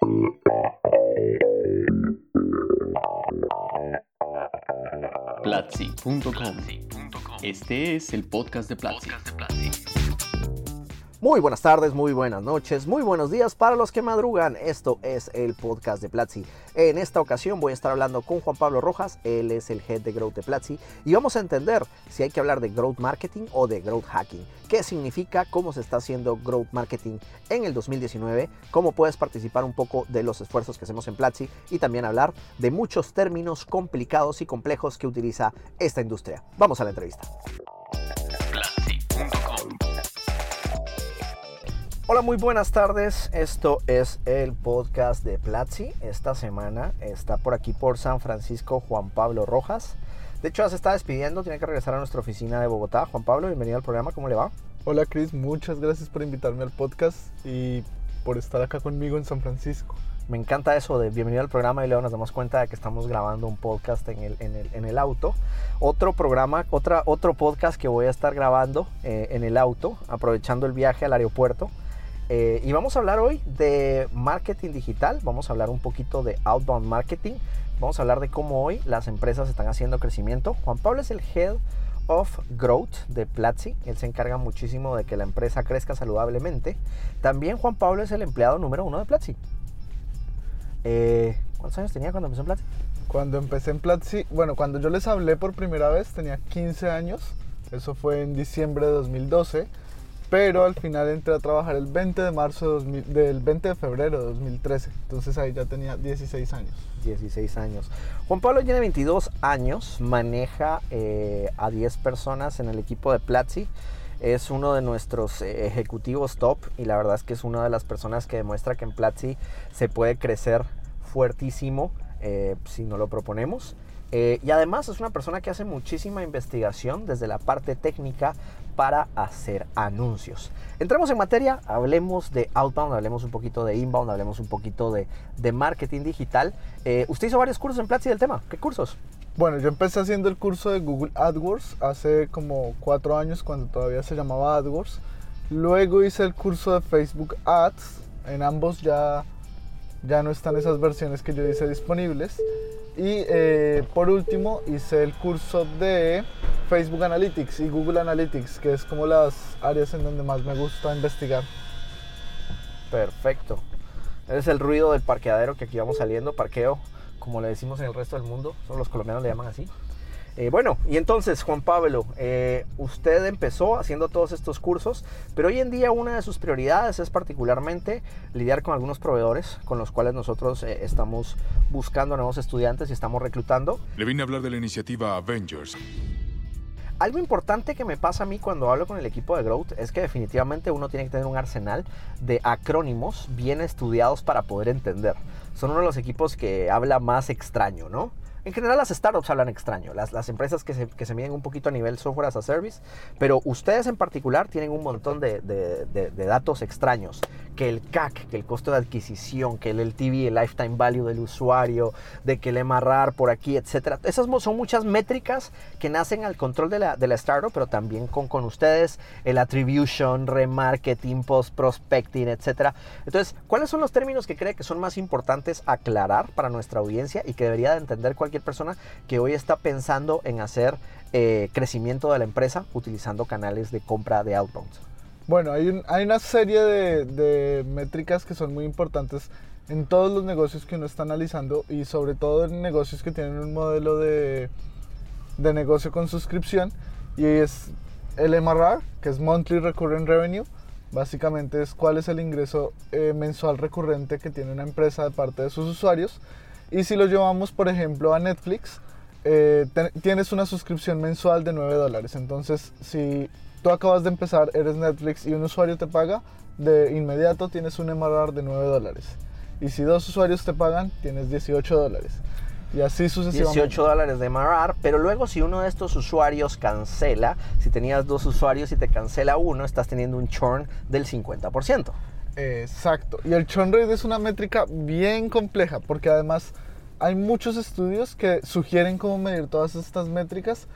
Platzi.com. Este es el podcast de Platzi. Muy buenas tardes, muy buenas noches, muy buenos días para los que madrugan. Esto es el podcast de Platzi. En esta ocasión voy a estar hablando con Juan Pablo Rojas. Él es el Head de Growth de Platzi y vamos a entender si hay que hablar de Growth Marketing o de Growth Hacking. ¿Qué significa? ¿Cómo se está haciendo Growth Marketing en el 2019? ¿Cómo puedes participar un poco de los esfuerzos que hacemos en Platzi? Y también hablar de muchos términos complicados y complejos que utiliza esta industria. Vamos a la entrevista. Hola, muy buenas tardes. Esto es el podcast de Platzi. Esta semana está por aquí por San Francisco Juan Pablo Rojas. De hecho, ya se está despidiendo, tiene que regresar a nuestra oficina de Bogotá. Juan Pablo, bienvenido al programa, ¿cómo le va? Hola Chris, muchas gracias por invitarme al podcast y por estar acá conmigo en San Francisco. Me encanta eso de bienvenido al programa y luego nos damos cuenta de que estamos grabando un podcast en el auto. Otro podcast que voy a estar grabando en el auto, aprovechando el viaje al aeropuerto. Y vamos a hablar hoy de marketing digital, vamos a hablar un poquito de outbound marketing, vamos a hablar de cómo hoy las empresas están haciendo crecimiento. Juan Pablo es el Head of Growth de Platzi, él se encarga muchísimo de que la empresa crezca saludablemente. También Juan Pablo es el empleado número 1 de Platzi. ¿Cuántos años tenía cuando empezó en Platzi? Cuando empecé en Platzi, cuando yo les hablé por primera vez tenía 15 años, eso fue en diciembre de 2012. Pero al final entré a trabajar el 20 de febrero de 2013. Entonces ahí ya tenía 16 años. 16 años. Juan Pablo tiene 22 años, maneja a 10 personas en el equipo de Platzi. Es uno de nuestros ejecutivos top y la verdad es que es una de las personas que demuestra que en Platzi se puede crecer fuertísimo si no lo proponemos. Y además es una persona que hace muchísima investigación desde la parte técnica para hacer anuncios. Entremos en materia, hablemos de outbound, hablemos un poquito de inbound, hablemos un poquito de marketing digital. Usted hizo varios cursos en Platzi del tema. ¿Qué cursos? Bueno, yo empecé haciendo el curso de Google AdWords hace como 4 años cuando todavía se llamaba AdWords. Luego hice el curso de Facebook Ads. En ambos ya no están esas versiones que yo hice disponibles. Y por último hice el curso de Facebook Analytics y Google Analytics, que es como las áreas en donde más me gusta investigar. Perfecto. Es el ruido del parqueadero que aquí vamos saliendo, parqueo, como le decimos en el resto del mundo, solo los colombianos le llaman así. Y entonces Juan Pablo, usted empezó haciendo todos estos cursos, pero hoy en día una de sus prioridades es particularmente lidiar con algunos proveedores con los cuales nosotros estamos buscando nuevos estudiantes y estamos reclutando. Le vine a hablar de la iniciativa Avengers. Algo importante que me pasa a mí cuando hablo con el equipo de Growth es que definitivamente uno tiene que tener un arsenal de acrónimos bien estudiados para poder entender. Son uno de los equipos que habla más extraño, ¿no? En general las startups hablan extraño, las empresas que se miden un poquito a nivel software as a service, pero ustedes en particular tienen un montón de datos extraños, que el CAC, que el costo de adquisición, que el LTV, el Lifetime Value del usuario, de que el MRR por aquí, etc. Esas son muchas métricas que nacen al control de la startup, pero también con ustedes, el attribution, remarketing, post-prospecting, etc. Entonces, ¿cuáles son los términos que cree que son más importantes aclarar para nuestra audiencia y que debería de entender cualquier persona que hoy está pensando en hacer crecimiento de la empresa utilizando canales de compra de outbound? Bueno, hay una serie de métricas que son muy importantes en todos los negocios que uno está analizando y sobre todo en negocios que tienen un modelo de negocio con suscripción, y es el MRR, que es Monthly Recurring Revenue. Básicamente es cuál es el ingreso mensual recurrente que tiene una empresa de parte de sus usuarios. Y si lo llevamos, por ejemplo, a Netflix, tienes una suscripción mensual de $9. Entonces, si tú acabas de empezar, eres Netflix y un usuario te paga, de inmediato tienes un MRR de $9. Y si 2 usuarios te pagan, tienes $18. Y así sucesivamente. $18 de MRR, pero luego si uno de estos usuarios cancela, si tenías 2 usuarios y te cancela uno, estás teniendo un churn del 50%. Exacto, y el churn rate es una métrica bien compleja porque además hay muchos estudios que sugieren cómo medir todas estas métricas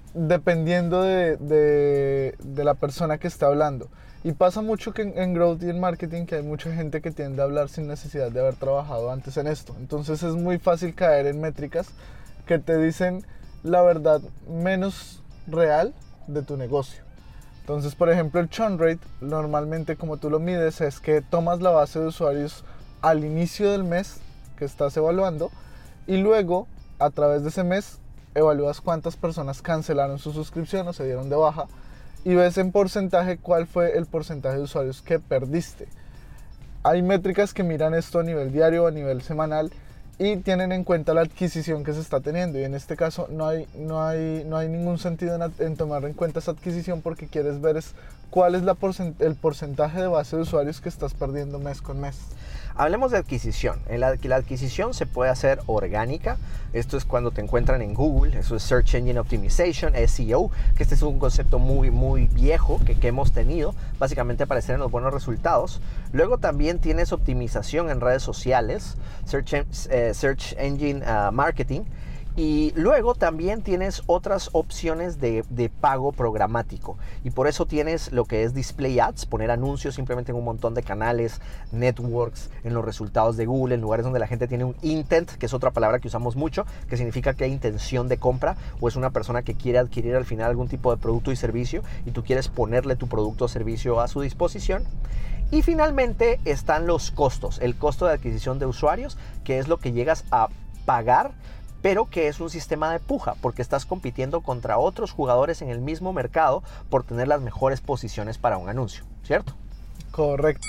dependiendo de la persona que está hablando. Y pasa mucho que en Growth y en Marketing que hay mucha gente que tiende a hablar sin necesidad de haber trabajado antes en esto. Entonces es muy fácil caer en métricas que te dicen la verdad menos real de tu negocio. Entonces, por ejemplo, el churn rate, normalmente como tú lo mides, es que tomas la base de usuarios al inicio del mes que estás evaluando y luego, a través de ese mes, evalúas cuántas personas cancelaron su suscripción o se dieron de baja y ves en porcentaje cuál fue el porcentaje de usuarios que perdiste. Hay métricas que miran esto a nivel diario o a nivel semanal y tienen en cuenta la adquisición que se está teniendo, y en este caso no hay ningún sentido en tomar en cuenta esa adquisición, porque quieres ver cuál es el porcentaje de base de usuarios que estás perdiendo mes con mes. Hablemos de adquisición. La adquisición se puede hacer orgánica. Esto es cuando te encuentran en Google. Eso es Search Engine Optimization, SEO, que este es un concepto muy viejo que hemos tenido, básicamente para tener los buenos resultados. Luego también tienes optimización en redes sociales, Search Engine Marketing. Y luego también tienes otras opciones de pago programático, y por eso tienes lo que es Display Ads, poner anuncios simplemente en un montón de canales, networks, en los resultados de Google, en lugares donde la gente tiene un intent, que es otra palabra que usamos mucho, que significa que hay intención de compra, o es una persona que quiere adquirir al final algún tipo de producto y servicio y tú quieres ponerle tu producto o servicio a su disposición. Y finalmente están los costos, el costo de adquisición de usuarios, que es lo que llegas a pagar, pero que es un sistema de puja, porque estás compitiendo contra otros jugadores en el mismo mercado por tener las mejores posiciones para un anuncio, ¿cierto? Correcto.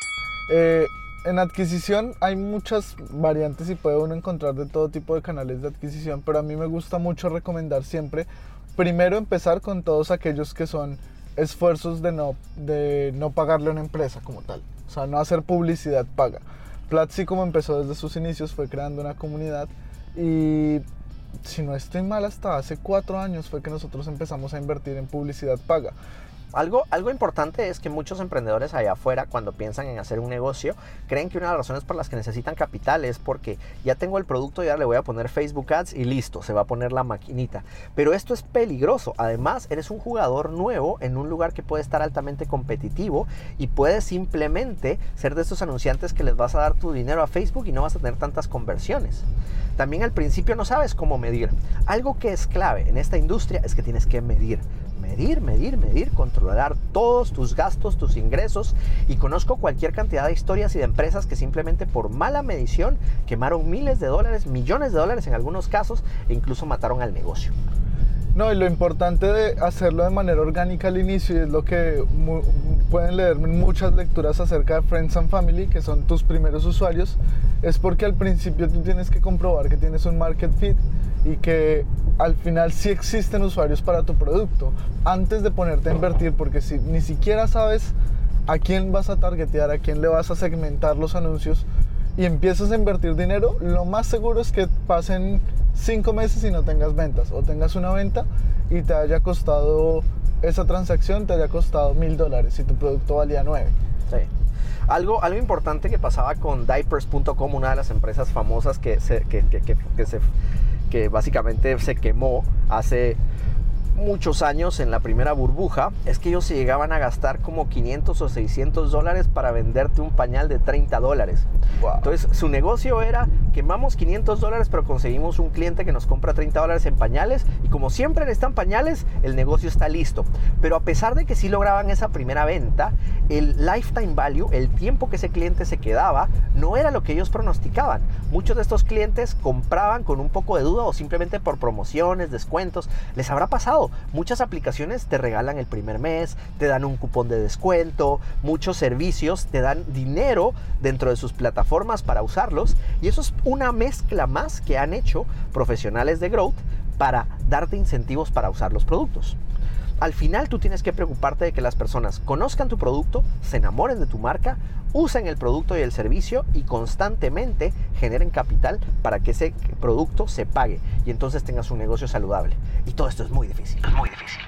En adquisición hay muchas variantes y puede uno encontrar de todo tipo de canales de adquisición, pero a mí me gusta mucho recomendar siempre, primero empezar con todos aquellos que son esfuerzos de no pagarle a una empresa como tal, o sea, no hacer publicidad paga. Platzi, como empezó desde sus inicios, fue creando una comunidad. Y si no estoy mal, hasta hace 4 años fue que nosotros empezamos a invertir en publicidad paga. Algo importante es que muchos emprendedores allá afuera, cuando piensan en hacer un negocio, creen que una de las razones por las que necesitan capital es porque ya tengo el producto, ya le voy a poner Facebook Ads y listo, se va a poner la maquinita. Pero esto es peligroso. Además, eres un jugador nuevo en un lugar que puede estar altamente competitivo y puedes simplemente ser de estos anunciantes que les vas a dar tu dinero a Facebook y no vas a tener tantas conversiones. También al principio no sabes cómo medir. Algo que es clave en esta industria es que tienes que medir, controlar todos tus gastos, tus ingresos, y conozco cualquier cantidad de historias y de empresas que simplemente por mala medición quemaron miles de dólares, millones de dólares en algunos casos, e incluso mataron al negocio. No, y lo importante de hacerlo de manera orgánica al inicio, y es lo que pueden leer muchas lecturas acerca de Friends and Family, que son tus primeros usuarios, es porque al principio tú tienes que comprobar que tienes un market fit y que al final sí existen usuarios para tu producto antes de ponerte a invertir, porque si ni siquiera sabes a quién vas a targetear, a quién le vas a segmentar los anuncios y empiezas a invertir dinero, lo más seguro es que pasen 5 meses y no tengas ventas, o tengas una venta y te haya costado esa transacción, te haya costado $1,000 y tu producto valía 9. Sí. Algo importante que pasaba con Diapers.com, una de las empresas famosas que básicamente se quemó hace muchos años en la primera burbuja, es que ellos se llegaban a gastar como $500 o $600 para venderte un pañal de $30. Wow. Entonces su negocio era: quemamos $500 pero conseguimos un cliente que nos compra $30 en pañales, y como siempre necesitan pañales, el negocio está listo. Pero a pesar de que sí lograban esa primera venta, el lifetime value, el tiempo que ese cliente se quedaba, no era lo que ellos pronosticaban. Muchos de estos clientes compraban con un poco de duda o simplemente por promociones, descuentos. Les habrá pasado. Muchas aplicaciones te regalan el primer mes, te dan un cupón de descuento, muchos servicios te dan dinero dentro de sus plataformas para usarlos, y eso es una mezcla más que han hecho profesionales de Growth para darte incentivos para usar los productos. Al final tú tienes que preocuparte de que las personas conozcan tu producto, se enamoren de tu marca, usen el producto y el servicio y constantemente generen capital para que ese producto se pague y entonces tengas un negocio saludable. Y todo esto es muy difícil.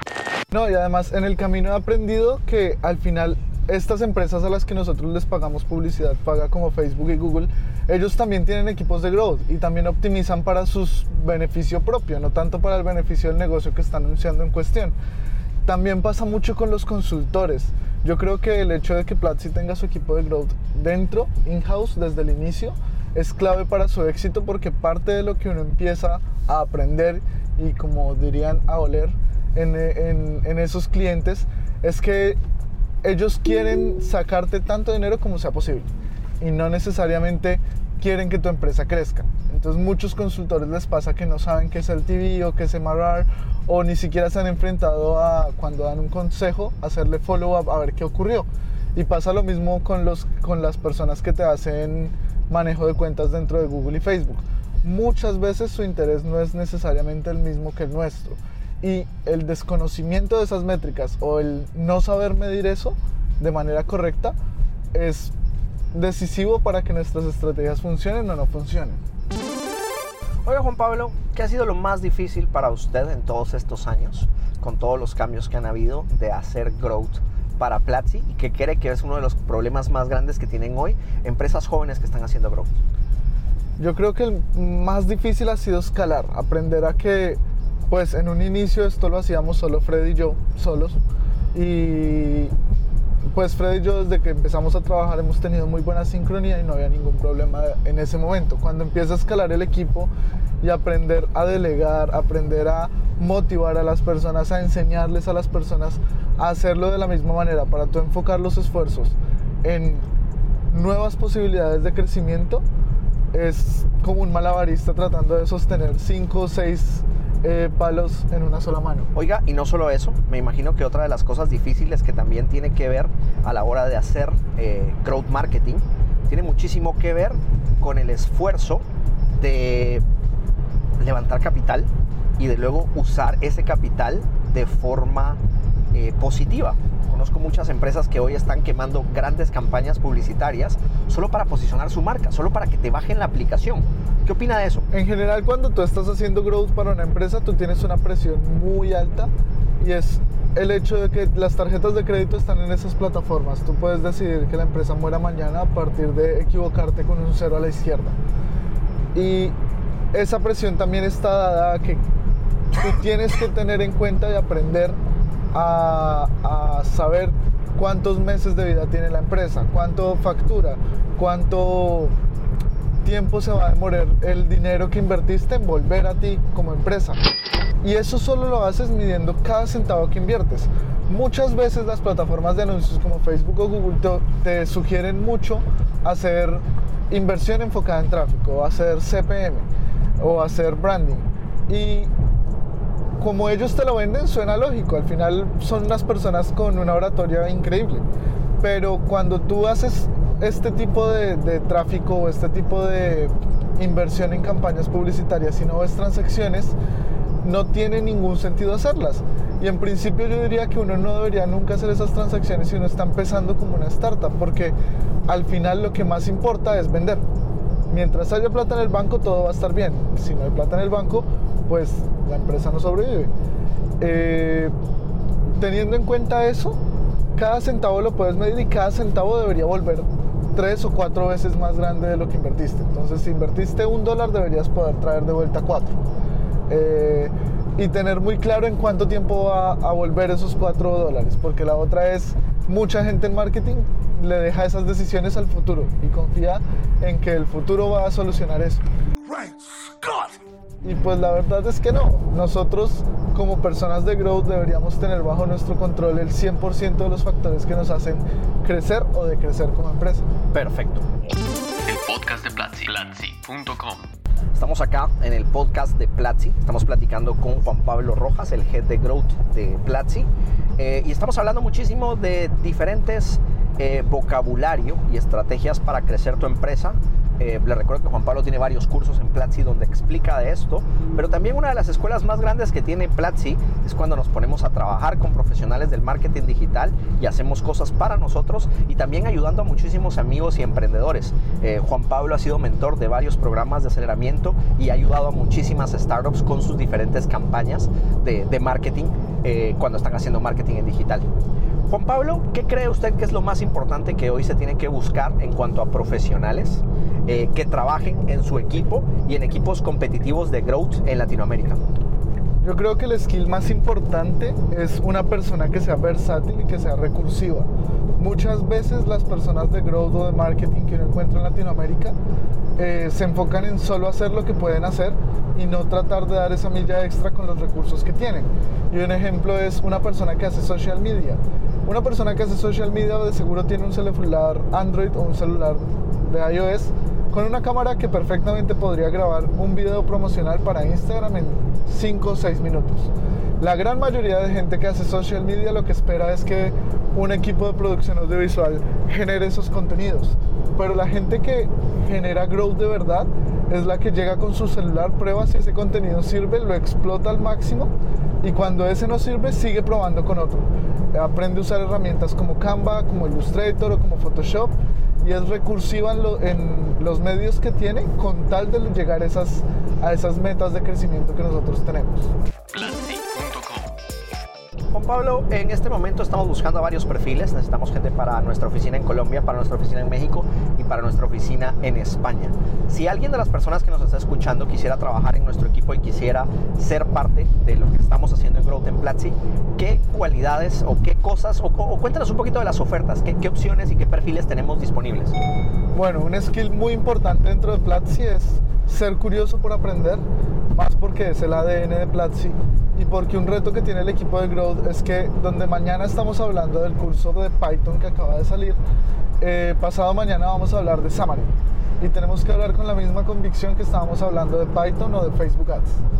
No, y además en el camino he aprendido que al final estas empresas a las que nosotros les pagamos publicidad paga como Facebook y Google, ellos también tienen equipos de growth y también optimizan para su beneficio propio, no tanto para el beneficio del negocio que están anunciando en cuestión. También pasa mucho con los consultores. Yo creo que el hecho de que Platzi tenga su equipo de growth dentro, in-house, desde el inicio, es clave para su éxito, porque parte de lo que uno empieza a aprender y, como dirían, a oler en esos clientes es que ellos quieren sacarte tanto dinero como sea posible y no necesariamente quieren que tu empresa crezca. Entonces muchos consultores les pasa que no saben qué es LTV o qué es MRR, o ni siquiera se han enfrentado a, cuando dan un consejo, hacerle follow-up a ver qué ocurrió. Y pasa lo mismo con las personas que te hacen manejo de cuentas dentro de Google y Facebook. Muchas veces su interés no es necesariamente el mismo que el nuestro. Y el desconocimiento de esas métricas o el no saber medir eso de manera correcta es decisivo para que nuestras estrategias funcionen o no funcionen. Oiga, Juan Pablo, ¿qué ha sido lo más difícil para usted en todos estos años, con todos los cambios que han habido, de hacer growth para Platzi, y qué cree que es uno de los problemas más grandes que tienen hoy empresas jóvenes que están haciendo growth? Yo creo que el más difícil ha sido escalar, aprender a que, pues en un inicio esto lo hacíamos solo Fred y yo, solos, y pues Fred y yo desde que empezamos a trabajar hemos tenido muy buena sincronía y no había ningún problema en ese momento. Cuando empieza a escalar el equipo y aprender a delegar, aprender a motivar a las personas, a enseñarles a las personas a hacerlo de la misma manera, para tú enfocar los esfuerzos en nuevas posibilidades de crecimiento, es como un malabarista tratando de sostener 5 o 6 palos en una sola mano. Oiga, y no solo eso, me imagino que otra de las cosas difíciles que también tiene que ver a la hora de hacer growth marketing, tiene muchísimo que ver con el esfuerzo de levantar capital y de luego usar ese capital de forma positiva. Conozco muchas empresas que hoy están quemando grandes campañas publicitarias solo para posicionar su marca, solo para que te bajen la aplicación. ¿Qué opina de eso? En general, cuando tú estás haciendo growth para una empresa, tú tienes una presión muy alta, y es el hecho de que las tarjetas de crédito están en esas plataformas. Tú puedes decidir que la empresa muera mañana a partir de equivocarte con un 0 a la izquierda. Y esa presión también está dada a que tú tienes que tener en cuenta y aprender a saber cuántos meses de vida tiene la empresa, cuánto factura, cuánto tiempo se va a demorar el dinero que invertiste en volver a ti como empresa. Y eso solo lo haces midiendo cada centavo que inviertes. Muchas veces las plataformas de anuncios como Facebook o Google te sugieren mucho hacer inversión enfocada en tráfico, o hacer CPM, o hacer branding. Y como ellos te lo venden, suena lógico. Al final son unas personas con una oratoria increíble. Pero cuando tú haces este tipo de tráfico o este tipo de inversión en campañas publicitarias y no ves transacciones, no tiene ningún sentido hacerlas. Y en principio yo diría que uno no debería nunca hacer esas transacciones si uno está empezando como una startup, porque al final lo que más importa es vender. Mientras haya plata en el banco, todo va a estar bien. Si no hay plata en el banco, pues la empresa no sobrevive. Teniendo en cuenta eso, cada centavo lo puedes medir y cada centavo debería volver 3 o 4 veces más grande de lo que invertiste. Entonces, si invertiste $1, deberías poder traer de vuelta 4. Y tener muy claro en cuánto tiempo va a volver esos $4, porque la otra es, mucha gente en marketing le deja esas decisiones al futuro y confía en que el futuro va a solucionar eso. Y pues la verdad es que no. Nosotros como personas de growth deberíamos tener bajo nuestro control el 100% de los factores que nos hacen crecer o decrecer como empresa. Perfecto. El podcast de Platzi. Platzi.com. Estamos acá en el podcast de Platzi. Estamos platicando con Juan Pablo Rojas, el Head de Growth de Platzi. Y estamos hablando muchísimo de diferentes vocabulario y estrategias para crecer tu empresa. Les recuerdo que Juan Pablo tiene varios cursos en Platzi donde explica de esto, pero también una de las escuelas más grandes que tiene Platzi es cuando nos ponemos a trabajar con profesionales del marketing digital y hacemos cosas para nosotros y también ayudando a muchísimos amigos y emprendedores. Juan Pablo ha sido mentor de varios programas de aceleramiento y ha ayudado a muchísimas startups con sus diferentes campañas de marketing cuando están haciendo marketing en digital. Juan Pablo, ¿qué cree usted que es lo más importante que hoy se tiene que buscar en cuanto a profesionales que trabajen en su equipo y en equipos competitivos de growth en Latinoamérica? Yo creo que el skill más importante es una persona que sea versátil y que sea recursiva. Muchas veces las personas de growth o de marketing que uno encuentra en Latinoamérica se enfocan en solo hacer lo que pueden hacer y no tratar de dar esa milla extra con los recursos que tienen. Y un ejemplo es una persona que hace social media. Una persona que hace social media de seguro tiene un celular Android o un celular de iOS con una cámara que perfectamente podría grabar un video promocional para Instagram en 5 o 6 minutos. La gran mayoría de gente que hace social media lo que espera es que un equipo de producción audiovisual genere esos contenidos. Pero la gente que genera growth de verdad es la que llega con su celular, prueba si ese contenido sirve, lo explota al máximo y cuando ese no sirve sigue probando con otro. Aprende a usar herramientas como Canva, como Illustrator o como Photoshop y es recursiva en los medios que tiene con tal de llegar a esas metas de crecimiento que nosotros tenemos. Juan Pablo, en este momento estamos buscando a varios perfiles. Necesitamos gente para nuestra oficina en Colombia, para nuestra oficina en México y para nuestra oficina en España. Si alguien de las personas que nos está escuchando quisiera trabajar en nuestro equipo y quisiera ser parte de lo que estamos haciendo en Growth en Platzi, ¿qué cualidades o qué cosas, o cuéntanos un poquito de las ofertas, qué opciones y qué perfiles tenemos disponibles? Bueno, un skill muy importante dentro de Platzi es ser curioso por aprender, más porque es el ADN de Platzi. Y porque un reto que tiene el equipo de Growth es que donde mañana estamos hablando del curso de Python que acaba de salir, pasado mañana vamos a hablar de Xamarin. Y tenemos que hablar con la misma convicción que estábamos hablando de Python o de Facebook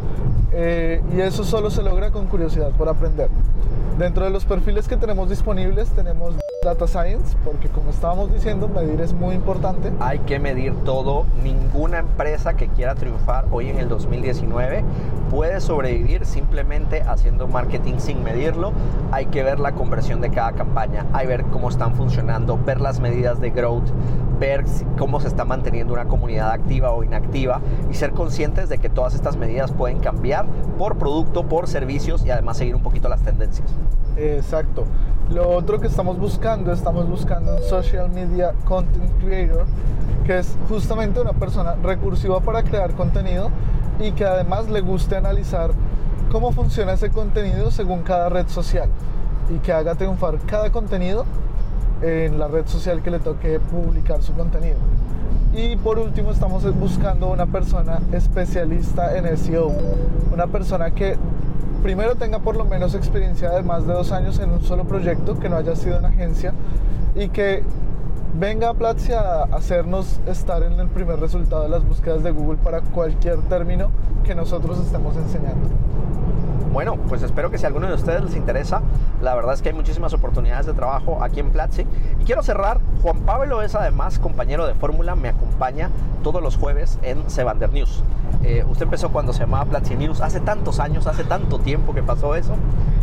Ads. Y eso solo se logra con curiosidad por aprender. Dentro de los perfiles que tenemos disponibles tenemos Data Science, porque como estábamos diciendo, medir es muy importante. Hay que medir todo. Ninguna empresa que quiera triunfar hoy en el 2019 puede sobrevivir simplemente haciendo marketing sin medirlo. Hay que ver la conversión de cada campaña, hay que ver cómo están funcionando, ver las medidas de growth, ver cómo se está manteniendo una comunidad activa o inactiva y ser conscientes de que todas estas medidas pueden cambiar por producto, por servicios y además seguir un poquito las tendencias. Exacto. Lo otro que estamos buscando un social media content creator, que es justamente una persona recursiva para crear contenido y que además le guste analizar cómo funciona ese contenido según cada red social y que haga triunfar cada contenido en la red social que le toque publicar su contenido. Y por último estamos buscando una persona especialista en SEO, una persona que primero tenga por lo menos experiencia de más de 2 años en un solo proyecto, que no haya sido en agencia y que venga a Platzi a hacernos estar en el primer resultado de las búsquedas de Google para cualquier término que nosotros estemos enseñando. Bueno, pues espero que si a alguno de ustedes les interesa, la verdad es que hay muchísimas oportunidades de trabajo aquí en Platzi. Y quiero cerrar, Juan Pablo es además compañero de fórmula, me acompaña todos los jueves en Sevander News. Usted empezó cuando se llamaba Platzi News, hace tantos años, hace tanto tiempo que pasó eso.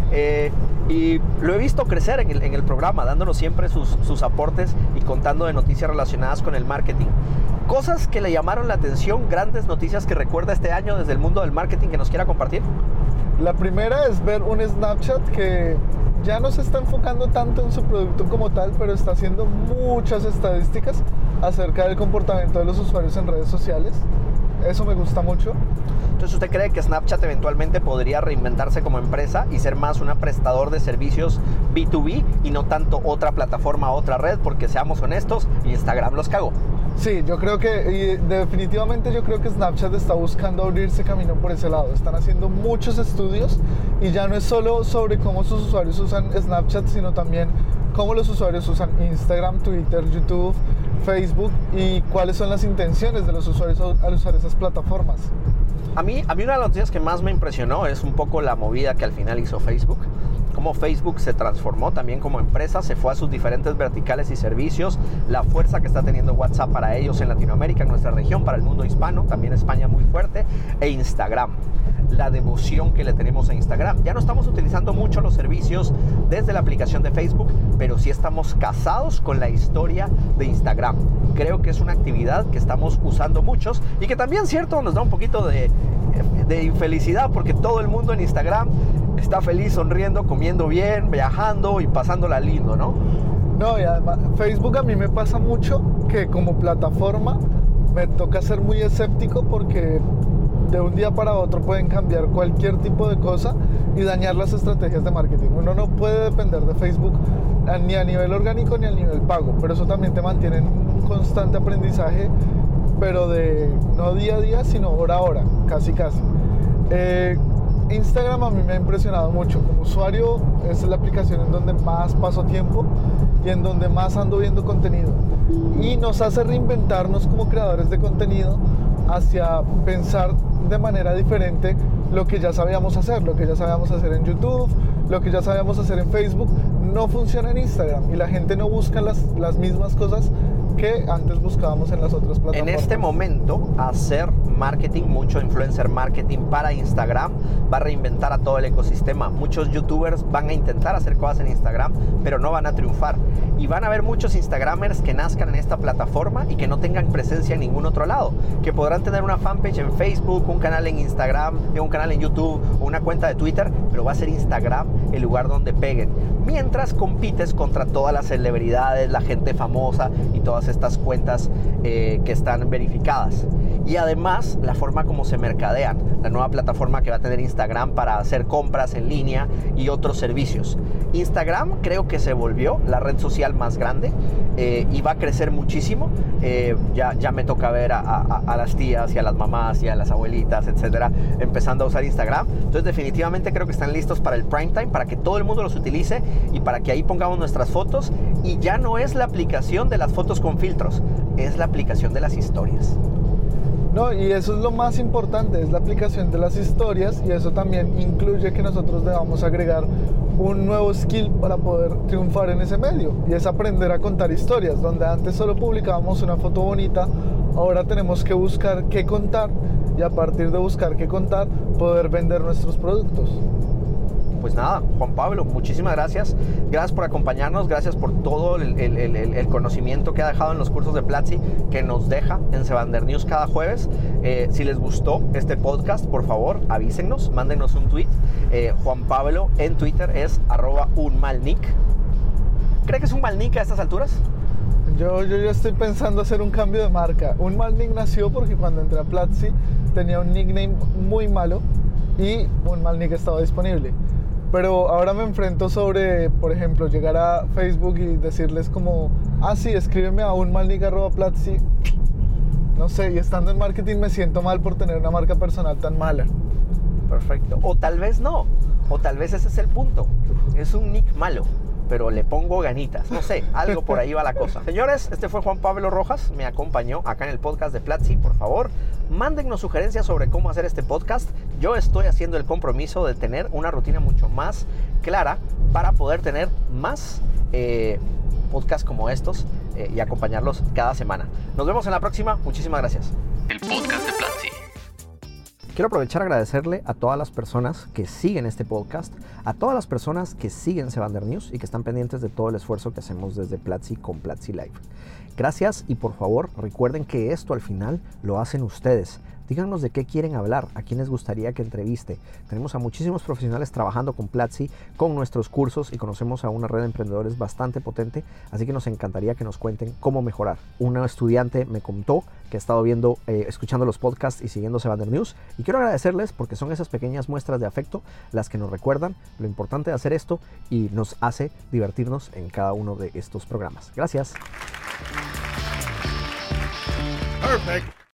Y lo he visto crecer en el programa, dándonos siempre sus aportes y contando de noticias relacionadas con el marketing. Cosas que le llamaron la atención, grandes noticias que recuerda este año desde el mundo del marketing que nos quiera compartir. La primera es ver un Snapchat que ya no se está enfocando tanto en su producto como tal, pero está haciendo muchas estadísticas acerca del comportamiento de los usuarios en redes sociales. Eso me gusta mucho. Entonces, ¿usted cree que Snapchat eventualmente podría reinventarse como empresa y ser más un prestador de servicios B2B y no tanto otra plataforma, otra red? Porque seamos honestos, Instagram los cagó. Sí, yo creo que, definitivamente yo creo que Snapchat está buscando abrirse camino por ese lado. Están haciendo muchos estudios y ya no es solo sobre cómo sus usuarios usan Snapchat, sino también cómo los usuarios usan Instagram, Twitter, YouTube, Facebook y cuáles son las intenciones de los usuarios al usar esas plataformas. A mí una de las noticias que más me impresionó es un poco la movida que al final hizo Facebook cómo Facebook se transformó también como empresa, se fue a sus diferentes verticales y servicios, la fuerza que está teniendo WhatsApp para ellos en Latinoamérica, en nuestra región, para el mundo hispano, también España muy fuerte, e Instagram, la devoción que le tenemos a Instagram. Ya no estamos utilizando mucho los servicios desde la aplicación de Facebook, pero sí estamos casados con la historia de Instagram. Creo que es una actividad que estamos usando muchos y que también, cierto, nos da un poquito de infelicidad, porque todo el mundo en Instagram está feliz, sonriendo, comiendo bien, viajando y pasándola lindo, ¿no? No, y además Facebook a mí me pasa mucho que como plataforma me toca ser muy escéptico, porque de un día para otro pueden cambiar cualquier tipo de cosa y dañar las estrategias de marketing. Uno no puede depender de Facebook ni a nivel orgánico ni a nivel pago, pero eso también te mantiene en un constante aprendizaje, pero de no día a día, sino hora a hora, casi. Instagram a mí me ha impresionado mucho. Como usuario es la aplicación en donde más paso tiempo y en donde más ando viendo contenido. Y nos hace reinventarnos como creadores de contenido hacia pensar de manera diferente lo que ya sabíamos hacer, lo que ya sabíamos hacer en YouTube, lo que ya sabíamos hacer en Facebook, no funciona en Instagram y la gente no busca las mismas cosas que antes buscábamos en las otras plataformas. En este momento, hacer marketing, mucho influencer marketing para Instagram, va a reinventar a todo el ecosistema. Muchos youtubers van a intentar hacer cosas en Instagram, pero no van a triunfar. Y van a haber muchos instagramers que nazcan en esta plataforma y que no tengan presencia en ningún otro lado, que podrán tener una fanpage en Facebook, un canal en Instagram, un canal en YouTube o una cuenta de Twitter, pero va a ser Instagram el lugar donde peguen. Mientras compites contra todas las celebridades, la gente famosa y todas estas cuentas que están verificadas. Y además la forma como se mercadean, la nueva plataforma que va a tener Instagram para hacer compras en línea y otros servicios. Instagram creo que se volvió la red social más grande y va a crecer muchísimo. Ya me toca ver a las tías y a las mamás y a las abuelitas, etcétera, empezando a usar Instagram. Entonces definitivamente creo que están listos para el prime time, para que todo el mundo los utilice y para que ahí pongamos nuestras fotos. Y ya no es la aplicación de las fotos con filtros, es la aplicación de las historias. No, y eso es lo más importante, es la aplicación de las historias, y eso también incluye que nosotros debamos agregar un nuevo skill para poder triunfar en ese medio, y es aprender a contar historias. Donde antes solo publicábamos una foto bonita, ahora tenemos que buscar qué contar, y a partir de buscar qué contar, poder vender nuestros productos. Pues nada, Juan Pablo, muchísimas gracias. Gracias por acompañarnos, gracias por todo el conocimiento que ha dejado en los cursos de Platzi, que nos deja en Se Vander News cada jueves. Si les gustó este podcast, por favor, avísennos, mándenos un tweet. Juan Pablo en Twitter es @unmalnick. ¿Cree que es un mal nick a estas alturas? Yo ya estoy pensando hacer un cambio de marca. Un mal nick nació porque cuando entré a Platzi tenía un nickname muy malo y un mal nick estaba disponible. Pero ahora me enfrento sobre, por ejemplo, llegar a Facebook y decirles como, sí, escríbeme a unmalnick@platzi. No sé, y estando en marketing me siento mal por tener una marca personal tan mala. Perfecto. O tal vez no, o tal vez ese es el punto. Es un nick malo, pero le pongo ganitas, no sé, algo por ahí va la cosa. Señores, este fue Juan Pablo Rojas, me acompañó acá en el podcast de Platzi. Por favor, mándennos sugerencias sobre cómo hacer este podcast. Yo estoy haciendo el compromiso de tener una rutina mucho más clara para poder tener más podcasts como estos y acompañarlos cada semana. Nos vemos en la próxima, muchísimas gracias. El podcast de Platzi. Quiero aprovechar a agradecerle a todas las personas que siguen este podcast, a todas las personas que siguen Se Vander News y que están pendientes de todo el esfuerzo que hacemos desde Platzi con Platzi Live. Gracias, y por favor recuerden que esto al final lo hacen ustedes. Díganos de qué quieren hablar, a quién les gustaría que entreviste. Tenemos a muchísimos profesionales trabajando con Platzi, con nuestros cursos, y conocemos a una red de emprendedores bastante potente, así que nos encantaría que nos cuenten cómo mejorar. Una estudiante me contó que ha estado escuchando los podcasts y siguiendo Se Vander News, y quiero agradecerles porque son esas pequeñas muestras de afecto las que nos recuerdan lo importante de hacer esto y nos hace divertirnos en cada uno de estos programas. Gracias. Perfect.